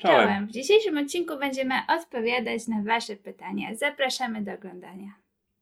Czołem. W dzisiejszym odcinku będziemy odpowiadać na Wasze pytania. Zapraszamy do oglądania.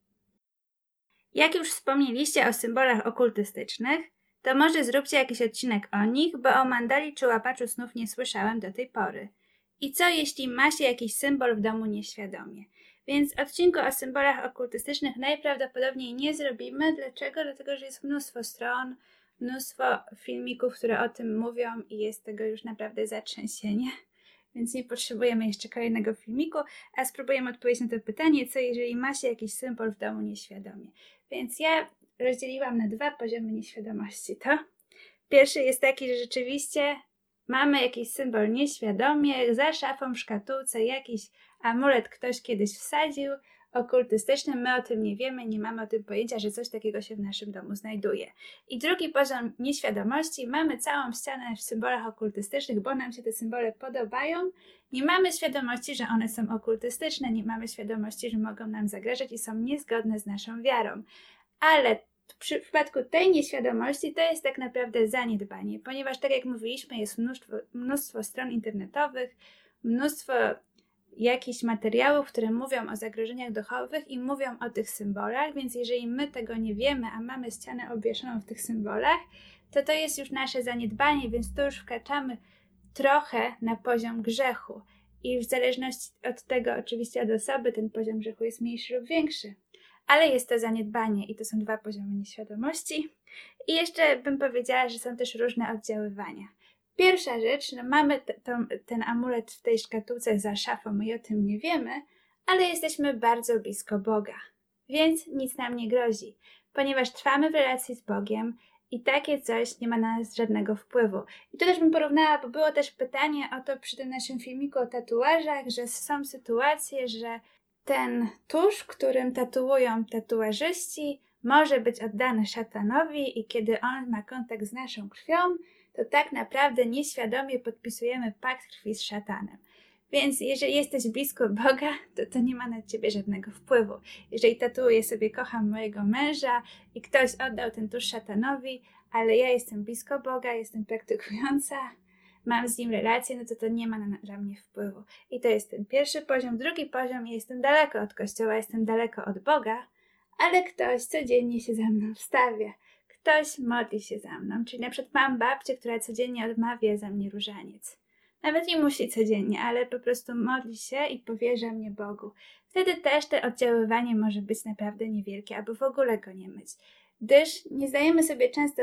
Jak już wspomnieliście o symbolach okultystycznych, to może zróbcie jakiś odcinek o nich, bo o mandali czy łapaczu snów nie słyszałem do tej pory. I co jeśli ma się jakiś symbol w domu nieświadomie? Więc odcinku o symbolach okultystycznych najprawdopodobniej nie zrobimy. Dlaczego? Dlatego, że jest mnóstwo stron, mnóstwo filmików, które o tym mówią i jest tego już naprawdę zatrzęsienie. Więc nie potrzebujemy jeszcze kolejnego filmiku, a spróbujemy odpowiedzieć na to pytanie, co jeżeli ma się jakiś symbol w domu nieświadomie. Więc ja rozdzieliłam na 2 poziomy nieświadomości. To pierwszy jest taki, że rzeczywiście mamy jakiś symbol nieświadomie, za szafą w szkatułce jakiś amulet ktoś kiedyś wsadził, okultystyczny, my o tym nie wiemy, nie mamy o tym pojęcia, że coś takiego się w naszym domu znajduje. I drugi poziom nieświadomości, mamy całą ścianę w symbolach okultystycznych, bo nam się te symbole podobają, nie mamy świadomości, że one są okultystyczne, nie mamy świadomości, że mogą nam zagrażać i są niezgodne z naszą wiarą. Ale w przypadku tej nieświadomości to jest tak naprawdę zaniedbanie, ponieważ tak jak mówiliśmy, jest mnóstwo stron internetowych, mnóstwo jakichś materiałów, które mówią o zagrożeniach duchowych i mówią o tych symbolach, więc jeżeli my tego nie wiemy, a mamy ścianę obwieszoną w tych symbolach, to jest już nasze zaniedbanie, więc tu już wkraczamy trochę na poziom grzechu i w zależności od tego, oczywiście od osoby, ten poziom grzechu jest mniejszy lub większy, ale jest to zaniedbanie i to są 2 poziomy nieświadomości. I jeszcze bym powiedziała, że są też różne oddziaływania. Pierwsza rzecz, mamy ten amulet w tej szkatułce za szafą i o tym nie wiemy, ale jesteśmy bardzo blisko Boga, więc nic nam nie grozi, ponieważ trwamy w relacji z Bogiem i takie coś nie ma na nas żadnego wpływu. I to też bym porównała, bo było też pytanie o to przy tym naszym filmiku o tatuażach, że są sytuacje, że ten tusz, którym tatuują tatuażyści, może być oddany szatanowi i kiedy on ma kontakt z naszą krwią, to tak naprawdę nieświadomie podpisujemy pakt krwi z szatanem. Więc jeżeli jesteś blisko Boga, to nie ma na ciebie żadnego wpływu. Jeżeli tatuuję sobie kocham mojego męża i ktoś oddał ten tusz szatanowi, ale ja jestem blisko Boga, jestem praktykująca, mam z nim relację, no to nie ma dla mnie wpływu. I to jest ten pierwszy poziom. Drugi poziom, ja jestem daleko od Kościoła, jestem daleko od Boga, ale ktoś codziennie się ze mną wstawia. Ktoś modli się za mną, czyli na przykład mam babcię, która codziennie odmawia za mnie różaniec. Nawet nie musi codziennie, ale po prostu modli się i powierza mnie Bogu. Wtedy też to oddziaływanie może być naprawdę niewielkie, albo w ogóle go nie mieć. Gdyż nie zdajemy sobie często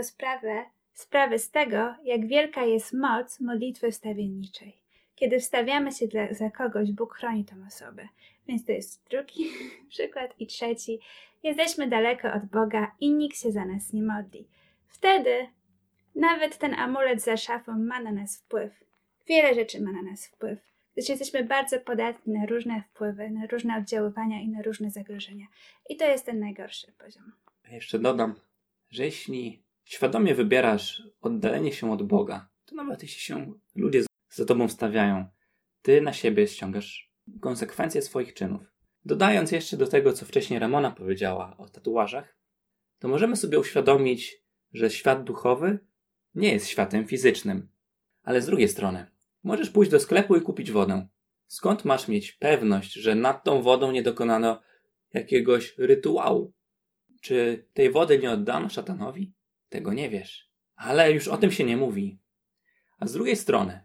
sprawy z tego, jak wielka jest moc modlitwy wstawienniczej. Kiedy wstawiamy się za kogoś, Bóg chroni tą osobę. Więc to jest drugi przykład. I trzeci. Jesteśmy daleko od Boga i nikt się za nas nie modli. Wtedy nawet ten amulet za szafą ma na nas wpływ. Wiele rzeczy ma na nas wpływ. Gdyż jesteśmy bardzo podatni na różne wpływy, na różne oddziaływania i na różne zagrożenia. I to jest ten najgorszy poziom. Jeszcze dodam, że jeśli świadomie wybierasz oddalenie się od Boga, to nawet jeśli się ludzie za tobą wstawiają, ty na siebie ściągasz konsekwencje swoich czynów. Dodając jeszcze do tego, co wcześniej Ramona powiedziała o tatuażach, to możemy sobie uświadomić, że świat duchowy nie jest światem fizycznym. Ale z drugiej strony, możesz pójść do sklepu i kupić wodę. Skąd masz mieć pewność, że nad tą wodą nie dokonano jakiegoś rytuału? Czy tej wody nie oddano szatanowi? Tego nie wiesz. Ale już o tym się nie mówi. A z drugiej strony,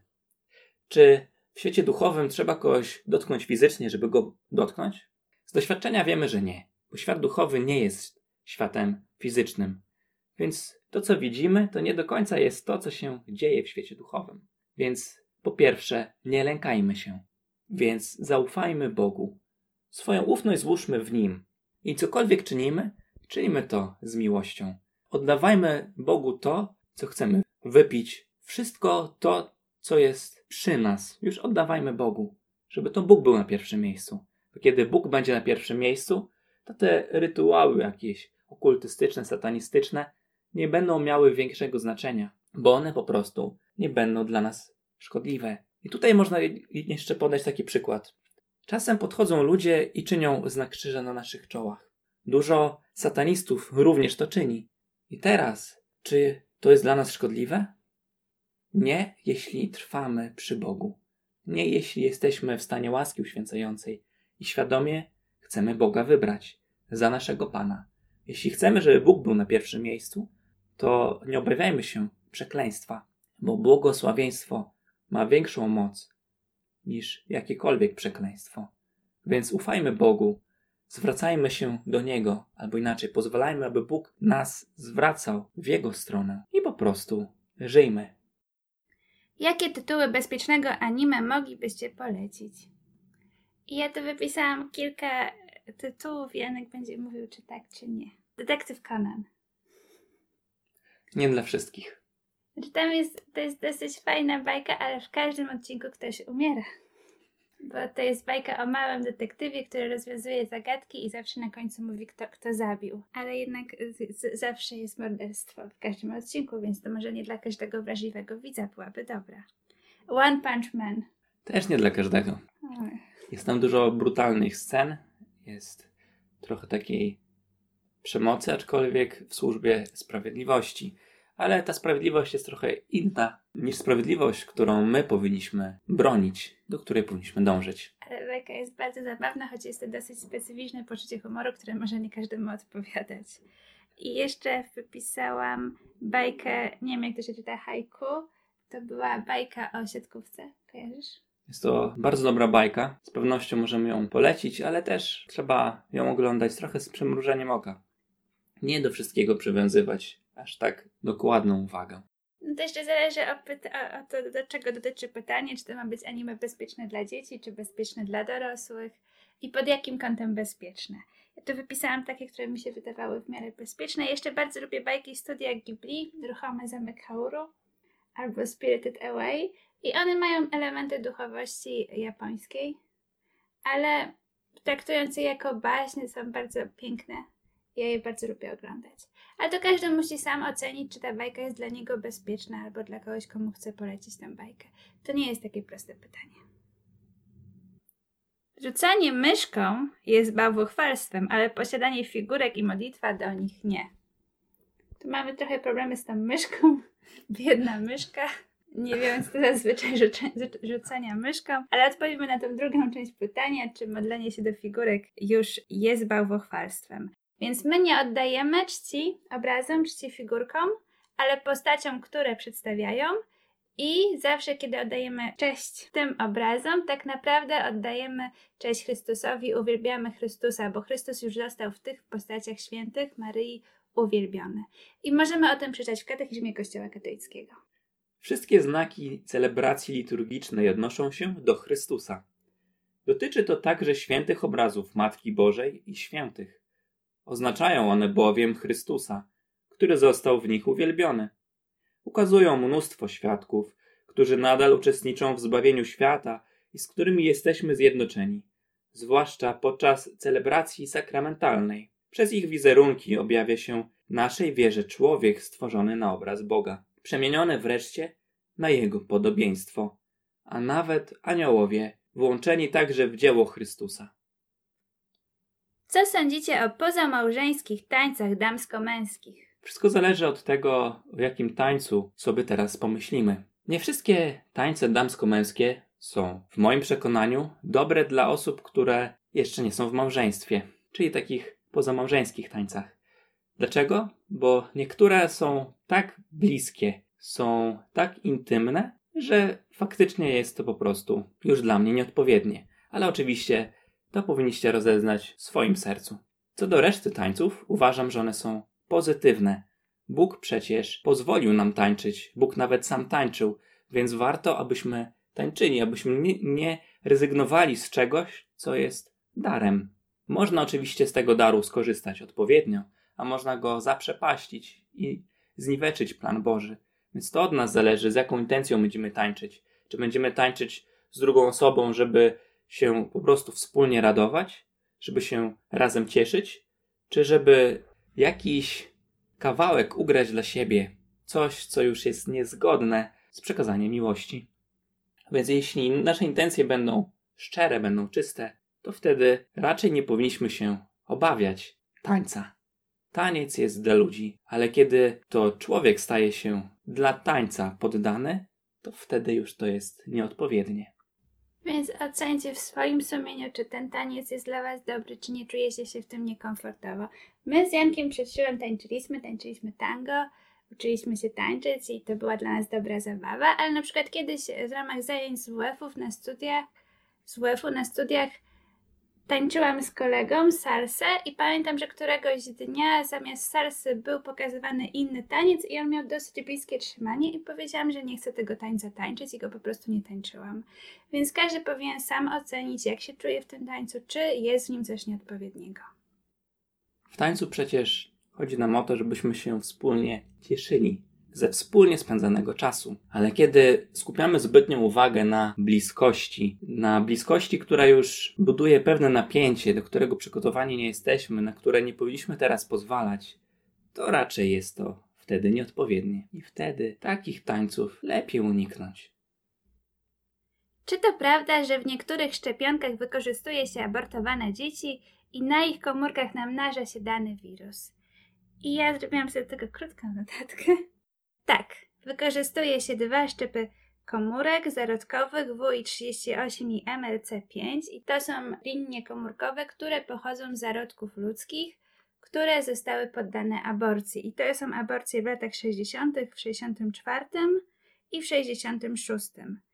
czy w świecie duchowym trzeba kogoś dotknąć fizycznie, żeby go dotknąć? Z doświadczenia wiemy, że nie, bo świat duchowy nie jest światem fizycznym. Więc to, co widzimy, to nie do końca jest to, co się dzieje w świecie duchowym. Więc po pierwsze, nie lękajmy się. Więc zaufajmy Bogu. Swoją ufność złóżmy w Nim. I cokolwiek czynimy to z miłością. Oddawajmy Bogu to, co chcemy wypić. Wszystko to, co jest przy nas, już oddawajmy Bogu, żeby to Bóg był na pierwszym miejscu. Bo kiedy Bóg będzie na pierwszym miejscu, to te rytuały jakieś okultystyczne, satanistyczne nie będą miały większego znaczenia, bo one po prostu nie będą dla nas szkodliwe. I tutaj można jeszcze podać taki przykład. Czasem podchodzą ludzie i czynią znak krzyża na naszych czołach. Dużo satanistów również to czyni. I teraz, czy to jest dla nas szkodliwe? Nie, jeśli trwamy przy Bogu. Nie jeśli jesteśmy w stanie łaski uświęcającej i świadomie chcemy Boga wybrać za naszego Pana. Jeśli chcemy, żeby Bóg był na pierwszym miejscu, to nie obawiajmy się przekleństwa, bo błogosławieństwo ma większą moc niż jakiekolwiek przekleństwo. Więc ufajmy Bogu, zwracajmy się do Niego, albo inaczej, pozwalajmy, aby Bóg nas zwracał w Jego stronę i po prostu żyjmy. Jakie tytuły bezpiecznego anime moglibyście polecić? I ja tu wypisałam kilka tytułów. Janek będzie mówił, czy tak, czy nie. Detektyw Conan. Nie dla wszystkich. To jest dosyć fajna bajka, ale w każdym odcinku ktoś umiera. Bo to jest bajka o małym detektywie, który rozwiązuje zagadki i zawsze na końcu mówi, kto zabił. Ale jednak zawsze jest morderstwo w każdym odcinku, więc to może nie dla każdego wrażliwego widza byłaby dobra. One Punch Man. Też nie dla każdego. Jest tam dużo brutalnych scen, jest trochę takiej przemocy, aczkolwiek w służbie sprawiedliwości. Ale ta sprawiedliwość jest trochę inna niż sprawiedliwość, którą my powinniśmy bronić, do której powinniśmy dążyć. Ale bajka jest bardzo zabawna, choć jest to dosyć specyficzne poczucie humoru, które może nie każdemu odpowiadać. I jeszcze wypisałam bajkę, nie wiem jak to się czyta, haiku. To była bajka o siatkówce, kojarzysz? Jest to bardzo dobra bajka, z pewnością możemy ją polecić, ale też trzeba ją oglądać trochę z przymrużeniem oka. Nie do wszystkiego przywiązywać aż tak dokładną uwagę. No to jeszcze zależy o to, do czego dotyczy pytanie, czy to ma być anime bezpieczne dla dzieci, czy bezpieczne dla dorosłych i pod jakim kątem bezpieczne. Ja tu wypisałam takie, które mi się wydawały w miarę bezpieczne. Jeszcze bardzo lubię bajki studia Ghibli, Ruchomy Zamek Hauru albo Spirited Away i one mają elementy duchowości japońskiej, ale traktując je jako baśnie są bardzo piękne. Ja je bardzo lubię oglądać. Ale to każdy musi sam ocenić, czy ta bajka jest dla niego bezpieczna albo dla kogoś, komu chce polecić tę bajkę. To nie jest takie proste pytanie. Rzucanie myszką jest bałwochwalstwem, ale posiadanie figurek i modlitwa do nich nie. Tu mamy trochę problemy z tą myszką. Biedna myszka. Nie wiem, co to zazwyczaj rzucania myszką, ale odpowiemy na tą drugą część pytania, czy modlenie się do figurek już jest bałwochwalstwem. Więc my nie oddajemy czci obrazom, czci figurkom, ale postaciom, które przedstawiają i zawsze, kiedy oddajemy cześć tym obrazom, tak naprawdę oddajemy cześć Chrystusowi, uwielbiamy Chrystusa, bo Chrystus już został w tych postaciach świętych Maryi uwielbiony. I możemy o tym przeczytać w Katechizmie Kościoła Katolickiego. Wszystkie znaki celebracji liturgicznej odnoszą się do Chrystusa. Dotyczy to także świętych obrazów Matki Bożej i świętych. Oznaczają one bowiem Chrystusa, który został w nich uwielbiony. Ukazują mnóstwo świadków, którzy nadal uczestniczą w zbawieniu świata i z którymi jesteśmy zjednoczeni, zwłaszcza podczas celebracji sakramentalnej. Przez ich wizerunki objawia się naszej wierze człowiek stworzony na obraz Boga, przemieniony wreszcie na Jego podobieństwo, a nawet aniołowie włączeni także w dzieło Chrystusa. Co sądzicie o pozamałżeńskich tańcach damsko-męskich? Wszystko zależy od tego, o jakim tańcu sobie teraz pomyślimy. Nie wszystkie tańce damsko-męskie są, w moim przekonaniu, dobre dla osób, które jeszcze nie są w małżeństwie, czyli takich pozamałżeńskich tańcach. Dlaczego? Bo niektóre są tak bliskie, są tak intymne, że faktycznie jest to po prostu już dla mnie nieodpowiednie. Ale oczywiście to powinniście rozeznać w swoim sercu. Co do reszty tańców, uważam, że one są pozytywne. Bóg przecież pozwolił nam tańczyć. Bóg nawet sam tańczył, więc warto, abyśmy tańczyli, abyśmy nie rezygnowali z czegoś, co jest darem. Można oczywiście z tego daru skorzystać odpowiednio, a można go zaprzepaścić i zniweczyć plan Boży. Więc to od nas zależy, z jaką intencją będziemy tańczyć. Czy będziemy tańczyć z drugą osobą, żeby się po prostu wspólnie radować, żeby się razem cieszyć, czy żeby jakiś kawałek ugrać dla siebie, coś, co już jest niezgodne z przekazaniem miłości. Więc jeśli nasze intencje będą szczere, będą czyste, to wtedy raczej nie powinniśmy się obawiać tańca. Taniec jest dla ludzi, ale kiedy to człowiek staje się dla tańca poddany, to wtedy już to jest nieodpowiednie. Więc ocencie w swoim sumieniu, czy ten taniec jest dla was dobry, czy nie czujecie się w tym niekomfortowo. My z Jankiem przed ślubem tańczyliśmy tango, uczyliśmy się tańczyć i to była dla nas dobra zabawa, ale na przykład kiedyś w ramach zajęć z WF-u na studiach tańczyłam z kolegą salsę i pamiętam, że któregoś dnia zamiast salsy był pokazywany inny taniec i on miał dosyć bliskie trzymanie i powiedziałam, że nie chcę tego tańca tańczyć i go po prostu nie tańczyłam. Więc każdy powinien sam ocenić, jak się czuje w tym tańcu, czy jest w nim coś nieodpowiedniego. W tańcu przecież chodzi nam o to, żebyśmy się wspólnie cieszyli ze wspólnie spędzanego czasu. Ale kiedy skupiamy zbytnią uwagę na bliskości, która już buduje pewne napięcie, do którego przygotowani nie jesteśmy, na które nie powinniśmy teraz pozwalać, to raczej jest to wtedy nieodpowiednie. I wtedy takich tańców lepiej uniknąć. Czy to prawda, że w niektórych szczepionkach wykorzystuje się abortowane dzieci i na ich komórkach namnaża się dany wirus? I ja zrobiłam sobie tego krótką notatkę. Tak, wykorzystuje się 2 szczepy komórek zarodkowych WI38 i MLC5 i to są linie komórkowe, które pochodzą z zarodków ludzkich, które zostały poddane aborcji. I to są aborcje w latach 60., w 64 i w 66.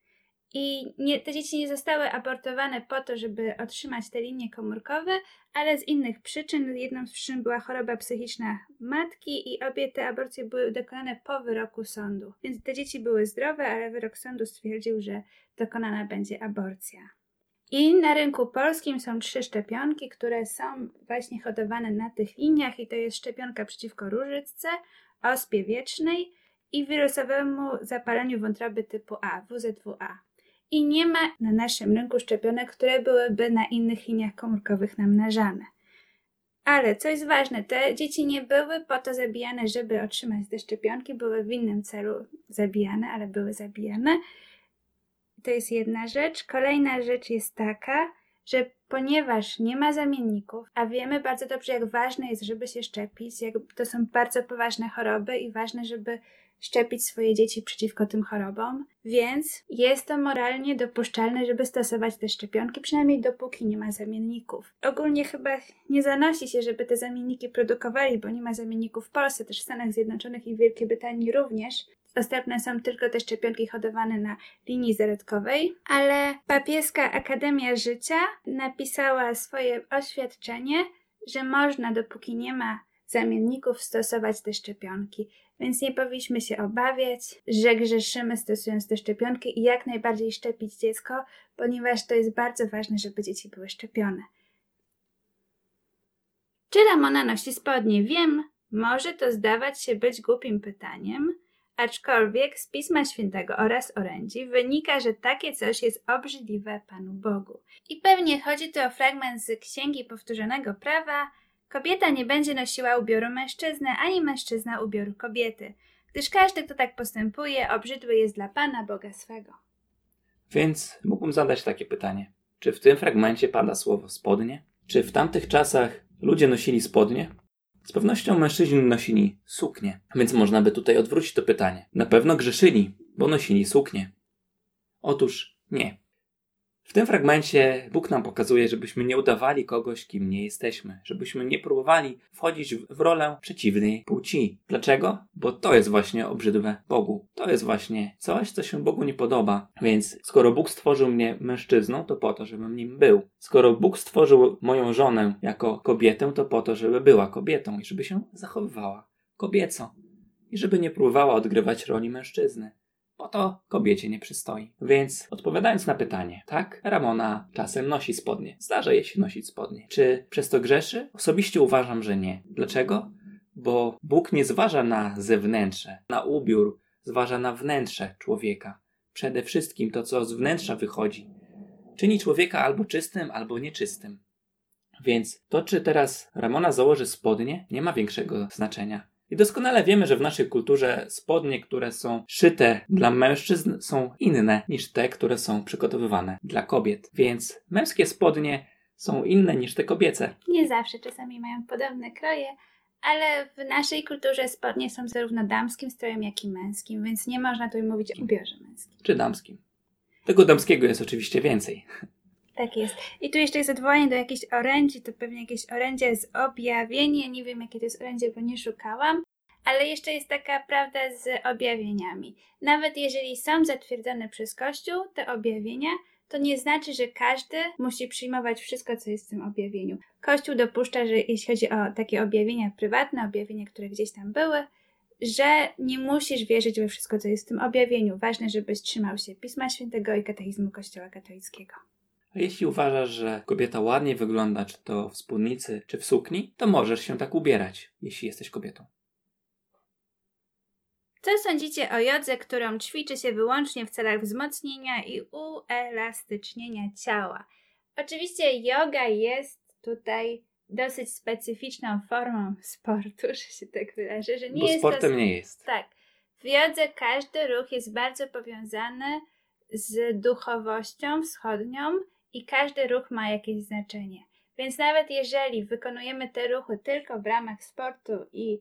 I te dzieci nie zostały abortowane po to, żeby otrzymać te linie komórkowe, ale z innych przyczyn. Jedną z przyczyn była choroba psychiczna matki i obie te aborcje były dokonane po wyroku sądu. Więc te dzieci były zdrowe, ale wyrok sądu stwierdził, że dokonana będzie aborcja. I na rynku polskim są 3 szczepionki, które są właśnie hodowane na tych liniach i to jest szczepionka przeciwko różycce, ospie wiecznej i wirusowemu zapaleniu wątroby typu A, WZW-A. I nie ma na naszym rynku szczepionek, które byłyby na innych liniach komórkowych namnażane. Ale co jest ważne, te dzieci nie były po to zabijane, żeby otrzymać te szczepionki, były w innym celu zabijane, ale były zabijane. To jest jedna rzecz. Kolejna rzecz jest taka, że ponieważ nie ma zamienników, a wiemy bardzo dobrze, jak ważne jest, żeby się szczepić, jak to są bardzo poważne choroby i ważne, żeby szczepić swoje dzieci przeciwko tym chorobom, więc jest to moralnie dopuszczalne, żeby stosować te szczepionki, przynajmniej dopóki nie ma zamienników. Ogólnie chyba nie zanosi się, żeby te zamienniki produkowali, bo nie ma zamienników w Polsce, też w Stanach Zjednoczonych i w Wielkiej Brytanii również. Dostępne są tylko te szczepionki hodowane na linii zarodkowej, ale Papieska Akademia Życia napisała swoje oświadczenie, że można, dopóki nie ma zamienników, stosować te szczepionki. Więc nie powinniśmy się obawiać, że grzeszymy stosując te szczepionki i jak najbardziej szczepić dziecko, ponieważ to jest bardzo ważne, żeby dzieci były szczepione. Czy Ramona nosi spodnie? Wiem, może to zdawać się być głupim pytaniem, aczkolwiek z Pisma Świętego oraz orędzi wynika, że takie coś jest obrzydliwe Panu Bogu. I pewnie chodzi tu o fragment z Księgi Powtórzonego Prawa. Kobieta nie będzie nosiła ubioru mężczyzny, ani mężczyzna ubioru kobiety, gdyż każdy, kto tak postępuje, obrzydły jest dla Pana Boga swego. Więc mógłbym zadać takie pytanie. Czy w tym fragmencie pada słowo spodnie? Czy w tamtych czasach ludzie nosili spodnie? Z pewnością mężczyźni nosili suknie, więc można by tutaj odwrócić to pytanie. Na pewno grzeszyli, bo nosili suknie. Otóż nie. W tym fragmencie Bóg nam pokazuje, żebyśmy nie udawali kogoś, kim nie jesteśmy. Żebyśmy nie próbowali wchodzić w rolę przeciwnej płci. Dlaczego? Bo to jest właśnie obrzydliwe Bogu. To jest właśnie coś, co się Bogu nie podoba. Więc skoro Bóg stworzył mnie mężczyzną, to po to, żebym nim był. Skoro Bóg stworzył moją żonę jako kobietę, to po to, żeby była kobietą i żeby się zachowywała kobieco. I żeby nie próbowała odgrywać roli mężczyzny. Bo to kobiecie nie przystoi. Więc odpowiadając na pytanie, tak, Ramona czasem nosi spodnie. Zdarza jej się nosić spodnie. Czy przez to grzeszy? Osobiście uważam, że nie. Dlaczego? Bo Bóg nie zważa na zewnętrze, na ubiór, zważa na wnętrze człowieka. Przede wszystkim to, co z wnętrza wychodzi. Czyni człowieka albo czystym, albo nieczystym. Więc to, czy teraz Ramona założy spodnie, nie ma większego znaczenia. I doskonale wiemy, że w naszej kulturze spodnie, które są szyte dla mężczyzn, są inne niż te, które są przygotowywane dla kobiet. Więc męskie spodnie są inne niż te kobiece. Nie zawsze, czasami mają podobne kroje, ale w naszej kulturze spodnie są zarówno damskim strojem, jak i męskim, więc nie można tu mówić o ubiorze męskim. Czy damskim. Tego damskiego jest oczywiście więcej. Tak jest. I tu jeszcze jest odwołanie do jakiejś orędzi, to pewnie jakieś orędzie z objawienie. Nie wiem, jakie to jest orędzie, bo nie szukałam. Ale jeszcze jest taka prawda z objawieniami. Nawet jeżeli są zatwierdzone przez Kościół, te objawienia, to nie znaczy, że każdy musi przyjmować wszystko, co jest w tym objawieniu. Kościół dopuszcza, że jeśli chodzi o takie objawienia prywatne, objawienia, które gdzieś tam były, że nie musisz wierzyć we wszystko, co jest w tym objawieniu. Ważne, żebyś trzymał się Pisma Świętego i katechizmu Kościoła katolickiego. A jeśli uważasz, że kobieta ładniej wygląda, czy to w spódnicy, czy w sukni, to możesz się tak ubierać, jeśli jesteś kobietą. Co sądzicie o jodze, którą ćwiczy się wyłącznie w celach wzmocnienia i uelastycznienia ciała? Oczywiście joga jest tutaj dosyć specyficzną formą sportu, że się tak wyrażę, że nie Bo jest sportem nie jest. Tak. W jodze każdy ruch jest bardzo powiązany z duchowością wschodnią i każdy ruch ma jakieś znaczenie. Więc nawet jeżeli wykonujemy te ruchy tylko w ramach sportu i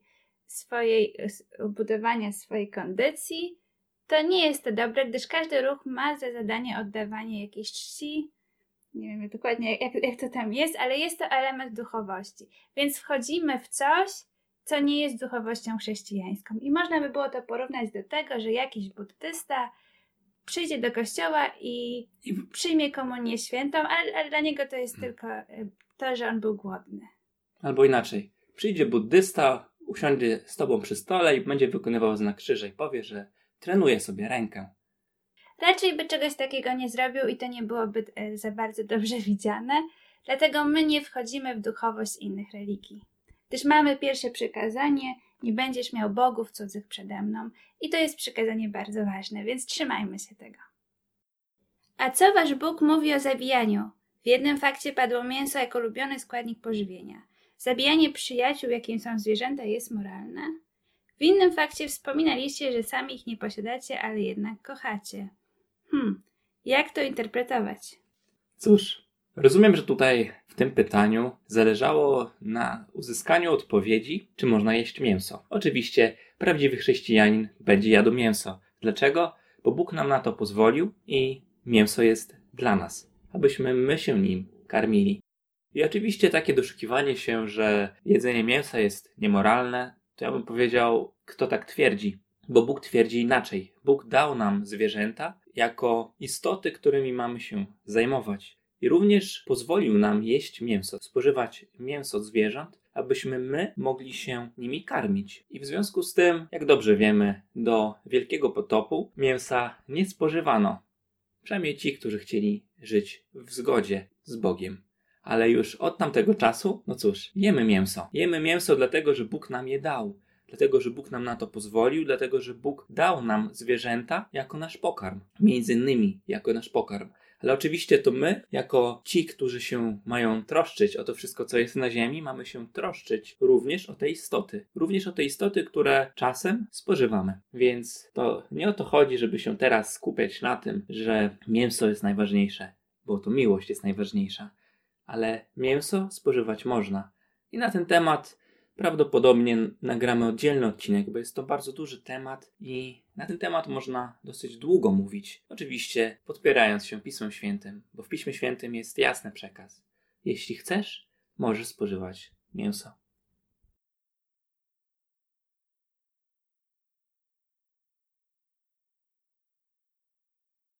budowania swojej kondycji, to nie jest to dobre, gdyż każdy ruch ma za zadanie oddawanie jakiejś czci. Nie wiem dokładnie jak to tam jest, ale jest to element duchowości. Więc wchodzimy w coś, co nie jest duchowością chrześcijańską. I można by było to porównać do tego, że jakiś buddysta przyjdzie do kościoła i przyjmie komunię świętą, ale dla niego to jest tylko to, że on był głodny. Albo inaczej. Przyjdzie buddysta, usiądzie z tobą przy stole i będzie wykonywał znak krzyża i powie, że trenuje sobie rękę. Raczej by czegoś takiego nie zrobił i to nie byłoby za bardzo dobrze widziane. Dlatego my nie wchodzimy w duchowość innych religii. Gdyż mamy pierwsze przykazanie, nie będziesz miał bogów cudzych przede mną. I to jest przykazanie bardzo ważne, więc trzymajmy się tego. A co wasz Bóg mówi o zabijaniu? W jednym fakcie padło mięso jako ulubiony składnik pożywienia. Zabijanie przyjaciół, jakim są zwierzęta, jest moralne? W innym fakcie wspominaliście, że sami ich nie posiadacie, ale jednak kochacie. Jak to interpretować? Cóż, rozumiem, że tutaj w tym pytaniu zależało na uzyskaniu odpowiedzi, czy można jeść mięso. Oczywiście prawdziwy chrześcijanin będzie jadł mięso. Dlaczego? Bo Bóg nam na to pozwolił i mięso jest dla nas, abyśmy my się nim karmili. I oczywiście takie doszukiwanie się, że jedzenie mięsa jest niemoralne, to ja bym powiedział, kto tak twierdzi. Bo Bóg twierdzi inaczej. Bóg dał nam zwierzęta jako istoty, którymi mamy się zajmować. I również pozwolił nam jeść mięso, spożywać mięso zwierząt, abyśmy my mogli się nimi karmić. I w związku z tym, jak dobrze wiemy, do Wielkiego Potopu mięsa nie spożywano. Przynajmniej ci, którzy chcieli żyć w zgodzie z Bogiem. Ale już od tamtego czasu, no cóż, jemy mięso. Jemy mięso dlatego, że Bóg nam je dał. Dlatego, że Bóg nam na to pozwolił, dlatego, że Bóg dał nam zwierzęta jako nasz pokarm. Między innymi jako nasz pokarm. Ale oczywiście to my, jako ci, którzy się mają troszczyć o to wszystko, co jest na ziemi, mamy się troszczyć również o te istoty. Również o te istoty, które czasem spożywamy. Więc to nie o to chodzi, żeby się teraz skupiać na tym, że mięso jest najważniejsze, bo to miłość jest najważniejsza. Ale mięso spożywać można. I na ten temat prawdopodobnie nagramy oddzielny odcinek, bo jest to bardzo duży temat i na ten temat można dosyć długo mówić. Oczywiście podpierając się Pismem Świętym, bo w Piśmie Świętym jest jasny przekaz. Jeśli chcesz, możesz spożywać mięso.